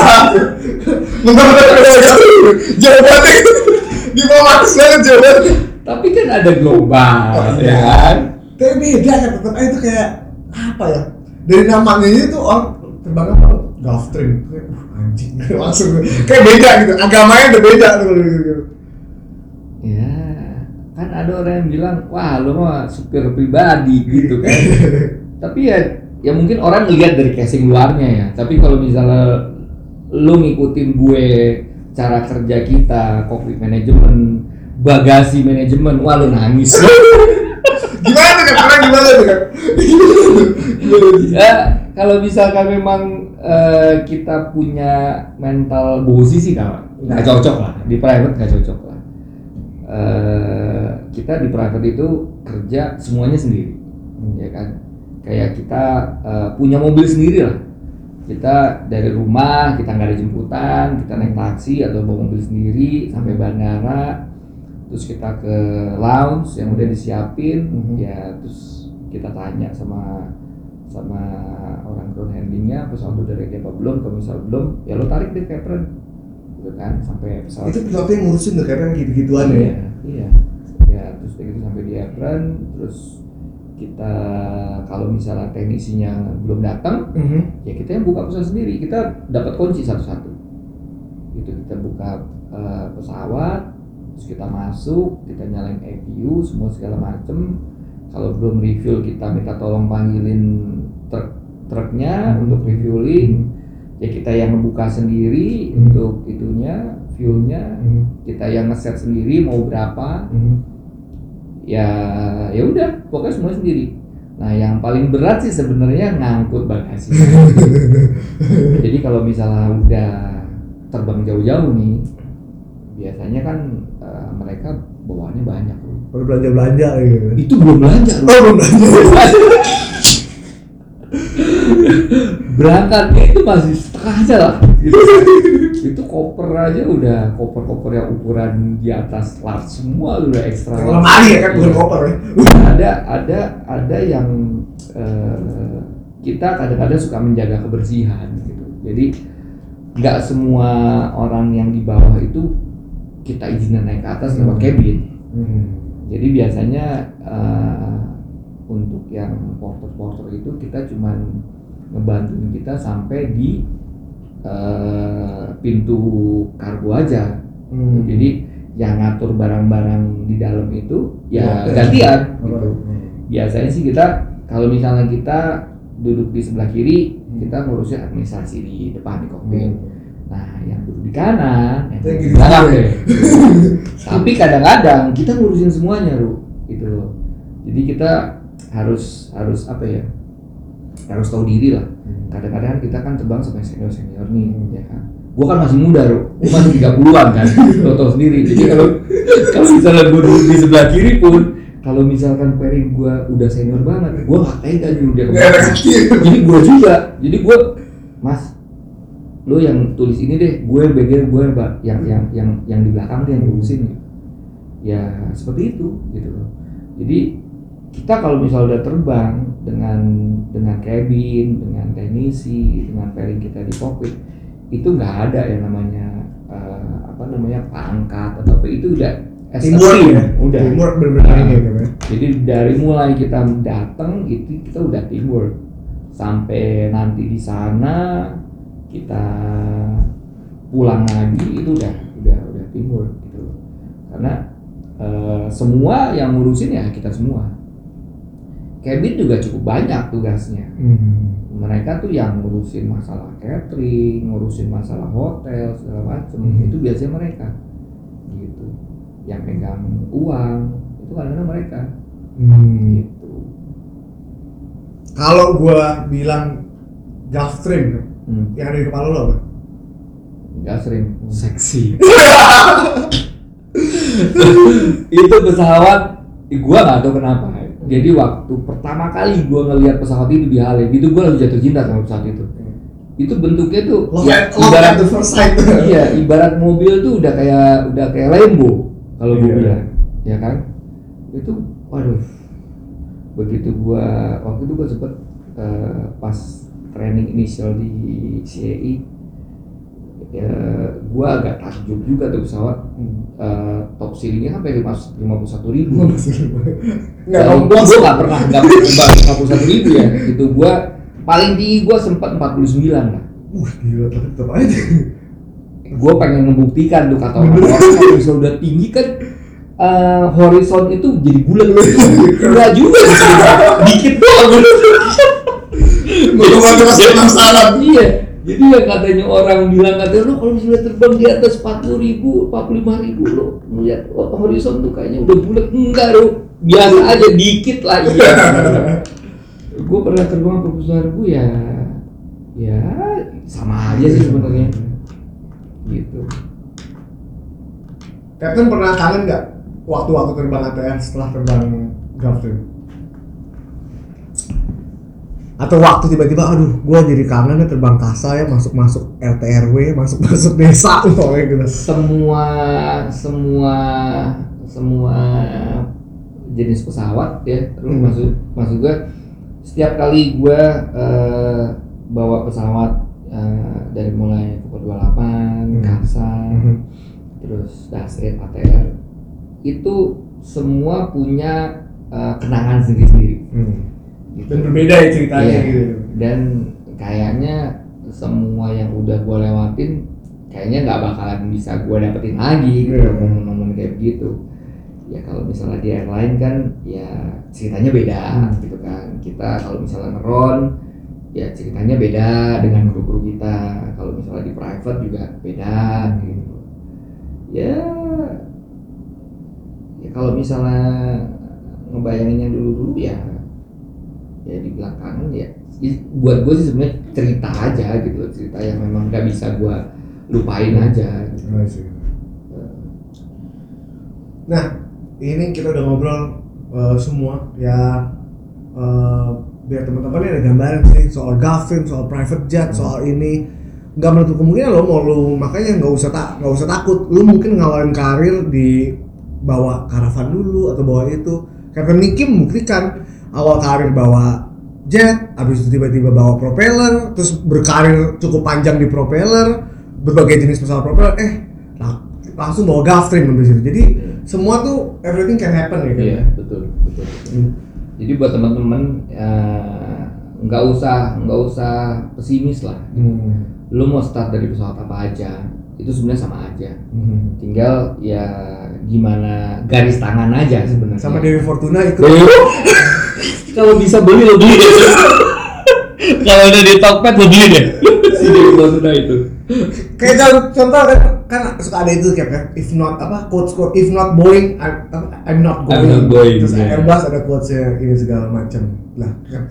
Jawabannya di bawah banget jawabannya. Tapi kan ada global, ya kan? Tapi beda kan tetap itu kayak apa ya? Dari namanya itu orang terbang apa? Gulfstream. Anjing langsung kayak beda gitu. Agamanya udah beda tuh gitu. Ya, kan ada orang yang bilang, wah lo mah supir pribadi gitu kan. Tapi ya mungkin orang ngelihat dari casing luarnya ya. Tapi kalau misalnya lo ngikutin gue cara kerja kita, cockpit manajemen, bagasi manajemen, wah lo nangis. Gimana kan? Karena gimana tuh kan? Ya, kalau misalkan memang kita punya mental bosi sih nggak cocok lah, di private nggak cocok lah. Kita di private itu kerja semuanya sendiri, ya kan? Kayak kita punya mobil sendiri lah. Kita dari rumah, kita nggak ada jemputan, kita naik taksi atau bawa mobil sendiri sampai bandara, terus kita ke lounge yang udah disiapin, ya terus kita tanya sama orang ground handlingnya pesawat udah ready apa belum. Kalau misal belum, ya lo tarik deh apron, gitu kan, sampai pesawat. Itu pilotnya yang ngurusin deh apron gitu-gituan ya. Iya. Ya terus begitu sampai di apron, terus kita kalau misalnya teknisinya belum datang, ya kita yang buka pesawat sendiri. Kita dapat kunci satu-satu. Gitu kita buka pesawat, terus kita masuk, kita nyalain ECU, semua segala macem. Kalau belum refuel kita minta tolong panggilin truknya untuk refueling. Ya kita yang membuka sendiri untuk itunya, fuelnya. Kita yang ngeset sendiri mau berapa. Ya udah, pokoknya semua sendiri. Nah, yang paling berat sih sebenarnya ngangkut bagasi. Jadi kalau misalnya udah terbang jauh-jauh nih, biasanya kan mereka bawaannya banyak loh. Baru belanja gitu. Itu belum belanja loh. Oh, belum belanja. Berangkatnya itu masih setengah aja lah gitu. Itu koper aja udah koper-koper yang ukuran di atas large semua udah ekstra. Lemari ya kan, bukan koper ya. Ada yang kita kadang-kadang suka menjaga kebersihan gitu. Jadi nggak semua orang yang di bawah itu kita izinin naik ke atas lewat cabin. Jadi biasanya untuk yang porter-porter itu kita cuman ngebantuin kita sampai di pintu kargo aja. Jadi yang ngatur barang-barang di dalam itu ya gantian gitu. Biasanya sih kita kalau misalnya kita duduk di sebelah kiri, kita ngurusin administrasi di depan di kokpit. Nah, yang duduk di kanan, yang di belakang deh. Tapi kadang-kadang kita ngurusin semuanya, gitu loh. Jadi kita harus apa ya? Harus tahu diri lah. Kadang-kadang kita kan terbang sampai senior nih, ya kan. Gua kan masih muda, gua masih 30-an kan. Lo tau sendiri. Jadi kalau misalnya gua duduk di sebelah kiri pun, kalau misalkan pairing gua udah senior banget, gua nggak tega nih udah kemana. Jadi gua juga. Jadi gua, Mas, lo yang tulis ini deh, gue bagian gue yang di belakang deh yang ngurusin. Ya seperti itu gitu loh. Jadi kita kalau misalnya udah terbang dengan cabin, dengan teknisi, dengan pairing kita di kokpit, itu nggak ada yang namanya pangkat atau apa, itu udah teamwork ya, udah teamwork benar-benar. Jadi dari mulai kita datang itu kita udah teamwork sampai nanti di sana kita pulang lagi itu udah teamwork gitu. Karena semua yang ngurusin ya kita semua. Cabin juga cukup banyak tugasnya. Mereka tuh yang ngurusin masalah catering, ngurusin masalah hotel segala macam. Itu biasanya mereka gitu. Yang pegang uang itu kadang-kadang mereka. Gitu. Kalau gua bilang Gulfstream, yang ada di kepala lo apa? Gulfstream, seksi. Itu pesawat, gua nggak tahu kenapa. Jadi waktu pertama kali gua ngelihat pesawat itu di Halle, itu gua langsung jatuh cinta sama pesawat itu. itu bentuknya tuh Love ya, at the first sight. iya, ibarat mobil tuh udah kayak Lambo kalau gue bilang, ya kan? Itu, waduh, begitu waktu itu gua sempet pas training initial di CAI, ya, gua agak takjub juga tuh pesawat, top ceilingnya sampai 51.000. Gua nggak pernah 51.000 ya, gitu. Gua paling tinggi gua sempat 49 lah. Gila, tapi tetap aja. Gue pengen membuktikan tuh, kata orang-orang kalau misalnya udah tinggi kan horizon itu jadi bulat. Enggak juga sih, dikit doang. Gue masih penasaran. Iya, jadi yang katanya orang bilang katanya lo kalau misalnya terbang di atas 40.000, 45.000 lo melihat horizon tuh kayaknya udah bulat. Enggak lo, biasa aja dikit lah. Iya. Gue pernah terbang 41.000 ya sama aja sih sebenarnya. Gitu. Captain pernah kangen nggak waktu terbang ATR setelah terbang Gulfstream? Atau waktu tiba-tiba, aduh, gue jadi kangen ya terbang kasa ya, masuk RT/RW, masuk desa, pokoknya gitu. Semua jenis pesawat ya, terus maksud gue setiap kali gue bawa pesawat dari mulai Fokker 28, Kasa, terus Dassault ATR, itu semua punya kenangan sendiri-sendiri. Gitu. Dan berbeda ya ceritanya gitu. Dan kayaknya semua yang udah gue lewatin kayaknya nggak bakalan bisa gue dapetin lagi gitu, momen-momen kayak begitu. Ya kalau misalnya di airline kan ya ceritanya beda gitu kan. Kita kalau misalnya ngeron ya ceritanya beda dengan kru-kru kita. Kalau misalnya di private juga beda gitu. Ya kalau misalnya ngebayangin yang dulu ya di belakangan ya buat gue sih sebenarnya cerita aja gitu, cerita yang memang nggak bisa gue lupain aja gitu. Nah ini kita udah ngobrol semua ya, biar teman-teman ada gambaran sih soal Gulfstream, soal private jet, soal ini. Nggak menutup kemungkinan makanya nggak usah takut. Lu mungkin ngawalin karir di bawa karavan dulu atau bawa itu. Karena Nicky membuktikan awal karir bawa jet, habis itu tiba-tiba bawa propeller, terus berkarir cukup panjang di propeller, berbagai jenis pesawat propeller, langsung bawa Gulfstream habis itu. Jadi semua tuh everything can happen ya kan? Iya, betul. Jadi buat teman-teman nggak usah pesimis lah. Lu mau start dari pesawat apa aja, itu sebenarnya sama aja. Tinggal ya gimana garis tangan aja sebenarnya. Sama Dewi Fortuna itu. Kalau bisa beli lo beli deh. Kalau udah di Tokped lo beli deh. Si Dewi Fortuna itu. Kayak contoh kan suka ada itu kayak kan, if not quote if not Boeing I'm not going. Terus Airbus ada quotesnya ini segala macam. Lah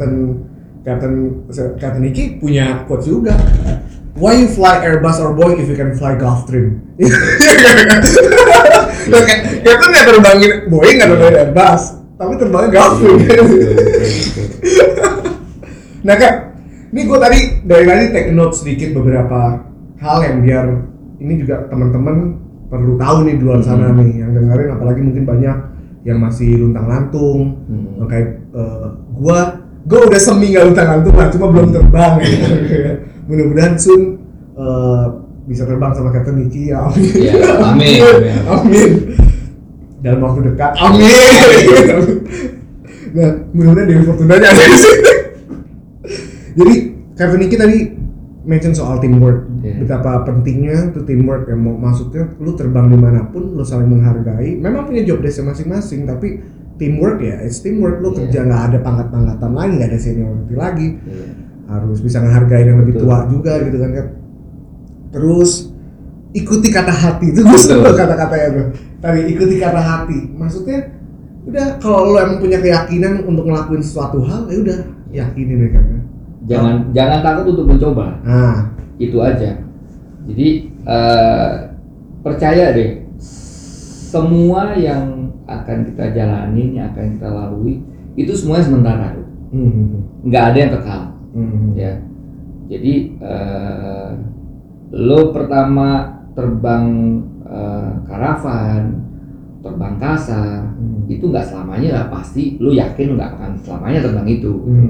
Captain Nicky punya quotes juga. Why you fly Airbus or Boeing if you can fly Gulfstream? Captain nggak terbangin Boeing, nggak terbangin Airbus, tapi terbangin Gulfstream. Nah Kak, ini gue dari tadi take note sedikit beberapa hal yang biar ini juga teman-teman perlu tahu nih di luar sana nih yang dengerin, apalagi mungkin banyak yang masih luntang-lantung. Kayak gue udah semi nggak luntang-lantung lah, cuma belum terbang. Mudah-mudahan soon bisa terbang sama Captain Nicky ya. Amin. Dalam waktu dekat. Amin. Nah, mudah-mudahan Dewi Fortuna ada di sini. Jadi Captain Nicky tadi mention soal teamwork, betapa pentingnya tuh teamwork ya. Maksudnya lu terbang dimanapun lu saling menghargai. Memang punya job desk masing-masing, tapi teamwork ya, it's teamwork. Lu kerja nggak ada pangkat-pangkatan lagi, nggak ada seniority lagi. Harus bisa menghargai yang lebih tua juga gitu kan. Terus ikuti kata hati, itu gue suka kata-katanya tuh. Tadi ikuti kata hati, maksudnya udah kalau lo emang punya keyakinan untuk ngelakuin sesuatu hal, ya udah yakinin deh kan. Jangan takut untuk mencoba. Itu aja. Jadi percaya deh, semua yang akan kita jalanin, yang akan kita lalui, itu semuanya sementara. Nggak ada yang kekal. Ya. Jadi lo pertama terbang karavan, terbang kasa, itu nggak selamanya lah, pasti lo yakin nggak akan selamanya terbang itu.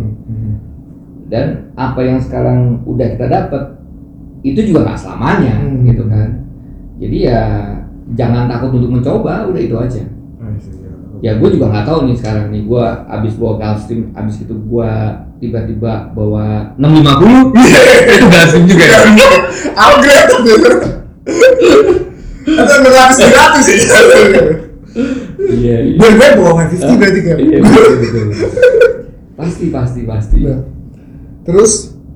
Dan apa yang sekarang udah kita dapat itu juga nggak selamanya gitu kan. Jadi ya jangan takut untuk mencoba, udah itu aja. Ya gue juga nggak tahu nih sekarang nih, gue abis bawa Gulfstream, abis itu gue tiba-tiba bawa 650 itu Gulfstream juga ya. Upgrade tuh. Atau gratis sih. Iya. Gue bawa 550 berarti kan. Iya betul. Pasti. Nah, terus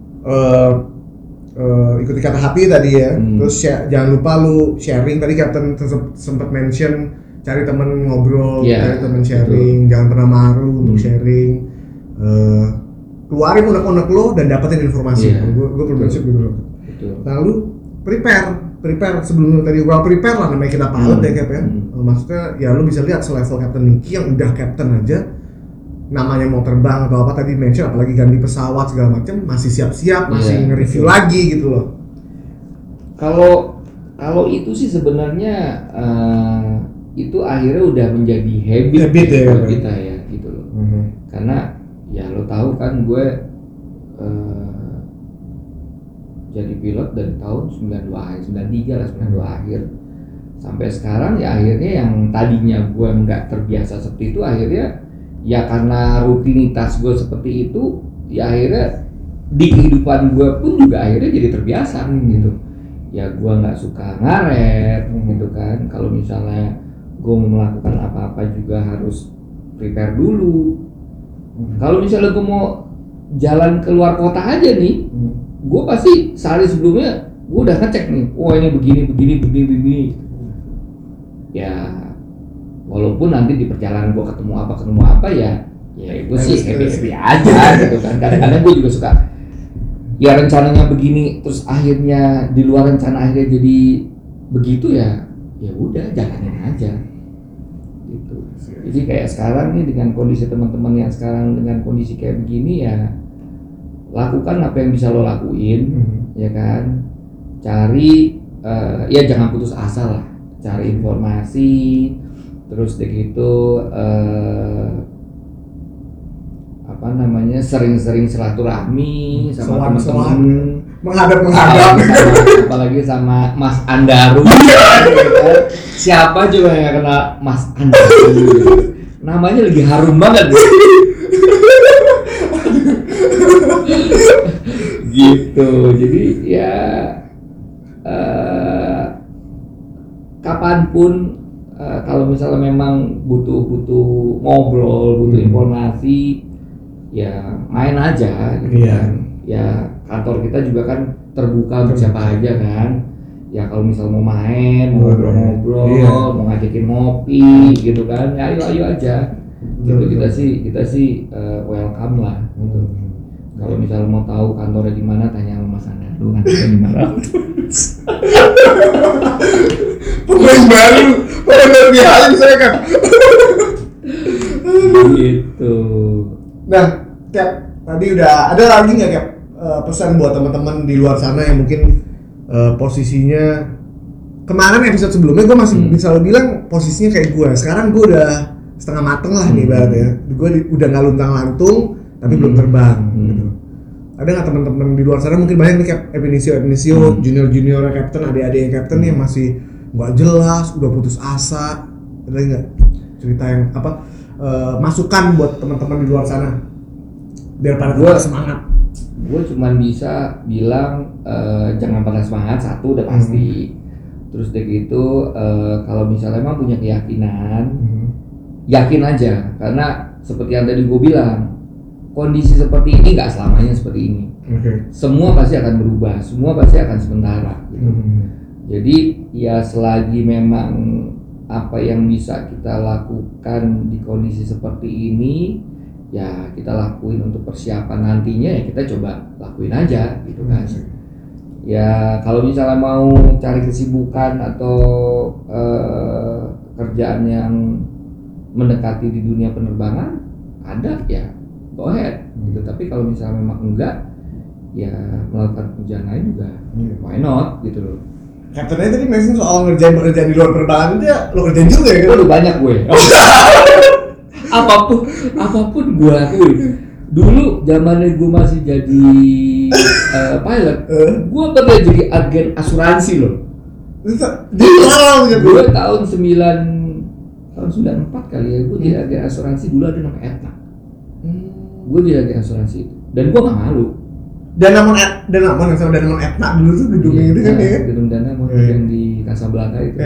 ikuti kata hati tadi ya. Terus jangan lupa lu sharing, tadi Captain sempat mention cari temen ngobrol, cari temen sharing, jangan pernah malu untuk sharing. Keluarin unek-unek lo dan dapetin informasi. Gue berprinsip gitu loh. Lalu prepare sebelum tadi gua prepare lah, namanya kita pilot ya Cap ya. Maksudnya ya lu bisa lihat selevel Captain Nicky yang udah captain aja, namanya mau terbang atau apa tadi mention, apalagi ganti pesawat segala macam masih siap-siap, masih nge-review lagi gitu loh. Kalau itu sih sebenarnya itu akhirnya udah menjadi habit ya, buat kita ya gitu loh. Karena ya lo tahu kan gue jadi pilot dari tahun 92 akhir, 93 lah, 92 akhir sampai sekarang. Ya akhirnya yang tadinya gue nggak terbiasa seperti itu, akhirnya ya karena rutinitas gue seperti itu, ya akhirnya di kehidupan gue pun juga akhirnya jadi terbiasa gitu. Ya gue nggak suka ngaret gitu kan. Kalau misalnya gue mau melakukan apa-apa juga harus prepare dulu. Kalau misalnya gue mau jalan keluar kota aja nih, gue pasti sehari sebelumnya gue udah ngecek nih, oh ini begini. Ya walaupun nanti di perjalanan gue ketemu apa ya itu sih happy aja gitu kan. Kadang-kadang gue juga suka ya rencananya begini terus akhirnya di luar rencana akhirnya jadi begitu, ya udah jalanin aja gitu. Jadi kayak sekarang nih dengan kondisi teman-teman yang sekarang dengan kondisi kayak begini, ya lakukan apa yang bisa lo lakuin, ya kan. Cari ya jangan putus asa lah, cari informasi, terus begitu sering-sering silaturahmi sama teman-teman, menghadap apalagi sama Mas Andaru. Siapa juga yang gak kenal Mas Andaru, namanya lagi harum banget gitu. Jadi ya kapanpun kalau misalnya memang butuh ngobrol, butuh informasi, ya main aja gitu kan. Ya kantor kita juga kan terbuka untuk siapa aja kan. Ya kalau misalnya mau main, mau ngobrol-ngobrol, mau ngajakin ngopi gitu kan, ya ayo aja gitu. Kita sih welcome lah gitu. Kalau misalnya mau tahu kantornya di mana, tanya sama Mas Andaru, kantornya di mana. Pemain baru dihalin saya kan. Gitu. Nah, Cap, tadi udah ada lagi nggak Cap pesan buat teman-teman di luar sana yang mungkin posisinya kemarin episode sebelumnya gue masih bisa lo bilang posisinya kayak gue. Sekarang gue udah setengah mateng lah nih ibaratnya. Gue udah nggak luntang-lantung tapi belum terbang. Gitu. Ada nggak teman-teman di luar sana mungkin banyak nih Cap, Epinisio, junior captain, adik-adik yang captain yang masih nggak jelas, udah putus asa. Ada nggak cerita yang masukan buat teman-teman di luar sana biar pada semangat? Gue cuma bisa bilang jangan patah semangat, satu udah pasti. Terus udah gitu kalau misalnya emang punya keyakinan, yakin aja, karena seperti yang tadi gue bilang, kondisi seperti ini nggak selamanya seperti ini. Semua pasti akan berubah, semua pasti akan sementara gitu. Jadi ya selagi memang apa yang bisa kita lakukan di kondisi seperti ini, ya kita lakuin untuk persiapan nantinya, ya kita coba lakuin aja gitu kan. Ya kalau misalnya mau cari kesibukan atau kerjaan yang mendekati di dunia penerbangan, ada ya go ahead gitu. Tapi kalau misalnya memang enggak, ya melakukan pekerjaan lain juga why not gitu loh. Katanya tadi mention soal ngerjain pekerjaan di luar penerbangan itu ya lo kerjain juga ya kan? Waduh banyak gue. apapun gue lakuin. Dulu zamannya gue masih jadi pilot, gue pernah jadi agen asuransi loh. Gue tahun 94 kali ya, gue jadi agen asuransi. Dulu ada namanya Aetna. Gue jadi agen asuransi itu, dan gue gak malu. Danamon Aetna dulu tuh gedungnya itu kan ya? Gedung Danamon yang di Casablanca itu.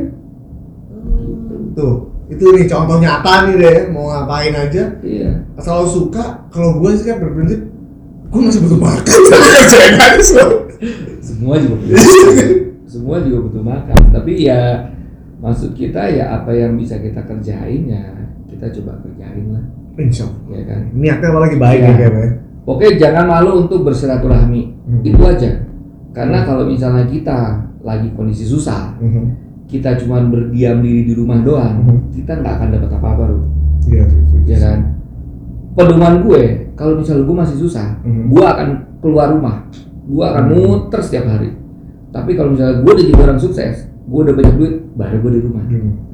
Tuh, itu nih contoh nyata nih deh, mau ngapain aja. Iya. Asal lo suka, kalau gue sih kan berprinsip, gue masih butuh makan. Kerjain aja Semua juga butuh makan. Tapi ya maksud kita ya apa yang bisa kita kerjain ya kita coba kerjain lah. Insya Allah. Ya kan. Niatnya apa lagi baik ya kayaknya. Oke, jangan malu untuk bersilaturahmi. Itu aja. Karena kalau misalnya kita lagi kondisi susah, kita cuma berdiam diri di rumah doang, kita nggak akan dapat apa-apa loh. Iya kan. Pedoman gue, kalau misalnya gue masih susah, gue akan keluar rumah, gue akan muter setiap hari. Tapi kalau misalnya gue udah jadi orang sukses, gue udah banyak duit, baru gue di rumah.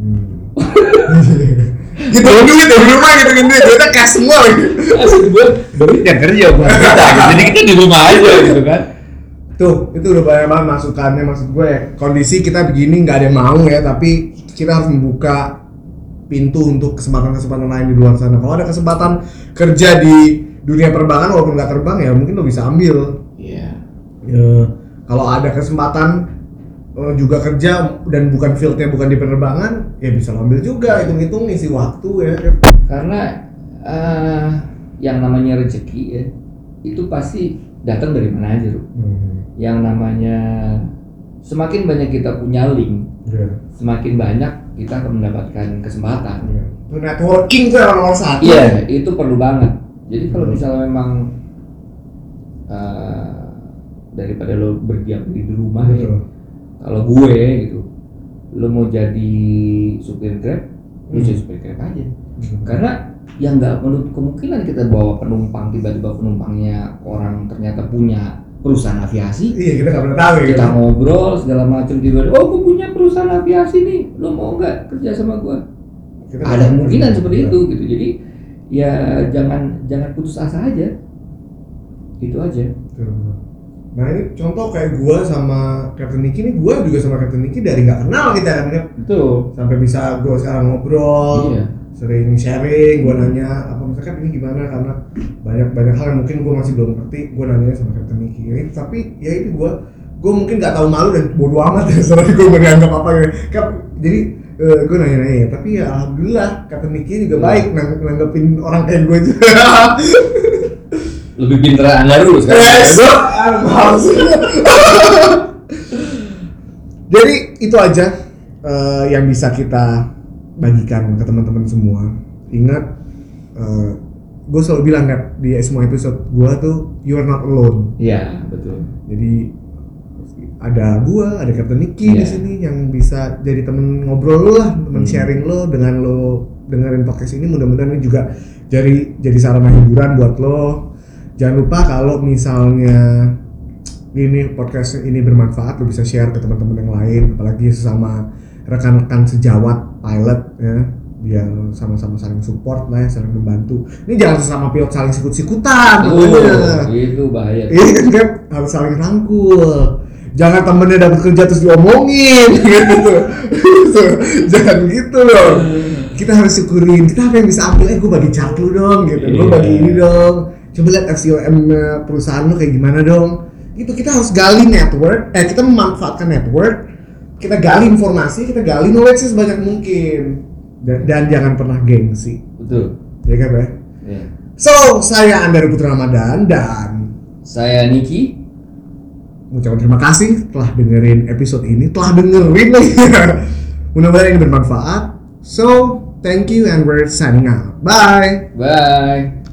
Gitu duit di rumah gitu duitnya cash semua gitu. Maksud gue duit yang kerja buat kita, gitu. Jadi kita di rumah aja gitu kan. Tuh, itu udah banyak banget masukannya. Maksud gue ya, kondisi kita begini nggak ada yang mau ya, tapi kita harus membuka pintu untuk kesempatan-kesempatan lain di luar sana. Kalau ada kesempatan kerja di dunia penerbangan walaupun nggak terbang ya mungkin lo bisa ambil. Iya. Kalau ada kesempatan juga kerja dan bukan fieldnya bukan di penerbangan ya bisa lo ambil juga, hitung-hitung isi waktu ya. Karena yang namanya rezeki ya itu pasti datang dari mana aja loh. Yang namanya semakin banyak kita punya link, semakin banyak kita akan mendapatkan kesempatan. Networking tuh yang nomor satu. Iya, itu perlu banget. Jadi kalau misalnya memang daripada lo berdiam diri di rumah ya, kalau gue gitu, lo mau jadi supir Grab, lo jadi supir Grab aja. Karena yang nggak menutup kemungkinan kita bawa penumpang, tiba-tiba penumpangnya orang ternyata punya perusahaan aviasi. Iya, kita nggak pernah tahu ya. Kita ngobrol segala macam, tiba-tiba, oh gue punya perusahaan aviasi nih, lo mau nggak kerja sama gue? Ada kemungkinan seperti itu gitu. Jadi ya jangan putus asa aja, itu aja. Nah ini contoh kayak gue sama Captain Nicky nih, gue juga sama Captain Nicky dari nggak kenal kita kan, betul. Sampai bisa gue sekarang ngobrol, sering sharing, gue nanya apa misalkan ini gimana, karena banyak hal yang mungkin gue masih belum ngerti, gue nanya sama Captain Nicky ini. Tapi ya itu gue mungkin nggak tahu malu dan bodo amat ya, soalnya gue menganggap apa gitu. Jadi gue nanya, tapi ya alhamdulillah Captain Nicky juga baik nanggepin orang kayak gue juga. Lebih pintar Anda dulu sekarang. Jadi itu aja yang bisa kita bagikan ke teman-teman semua. Ingat, gue selalu bilang kan di semua episode gue tuh you are not alone. Iya, betul. Jadi ada gue, ada Captain Nicky di sini yang bisa jadi temen ngobrol lo lah, temen sharing lo dengan lo dengerin podcast ini. Mudah-mudahan ini juga jadi sarana hiburan buat lo. Jangan lupa kalau misalnya ini podcast ini bermanfaat, lo bisa share ke teman-teman yang lain, apalagi sesama rekan-rekan sejawat pilot ya, biar sama-sama saling support lah ya, saling membantu. Ini jangan sesama pilot saling sikut-sikutan. Itu bahaya. Ini kan harus saling rangkul. Jangan temennya dapat kerja terus diomongin gitu. Jangan gitu loh. Kita harus syukurin. Kita apa yang bisa ambil? Gue bagi chart lu dong gitu. Gue bagi ini dong. Coba lihat FCOM perusahaan lu kayak gimana dong. Gitu, kita harus gali network. Kita memanfaatkan network. Kita gali informasi, kita gali knowledge sebanyak mungkin. Dan jangan pernah gengsi. Betul. Ya kan, Beh? Iya. So, saya Andar Putra Ramadan dan saya Nicky. Ucapkan terima kasih telah dengerin episode ini, lagi. Mudah-mudahan ini bermanfaat. So, thank you and we're signing out. Bye. Bye.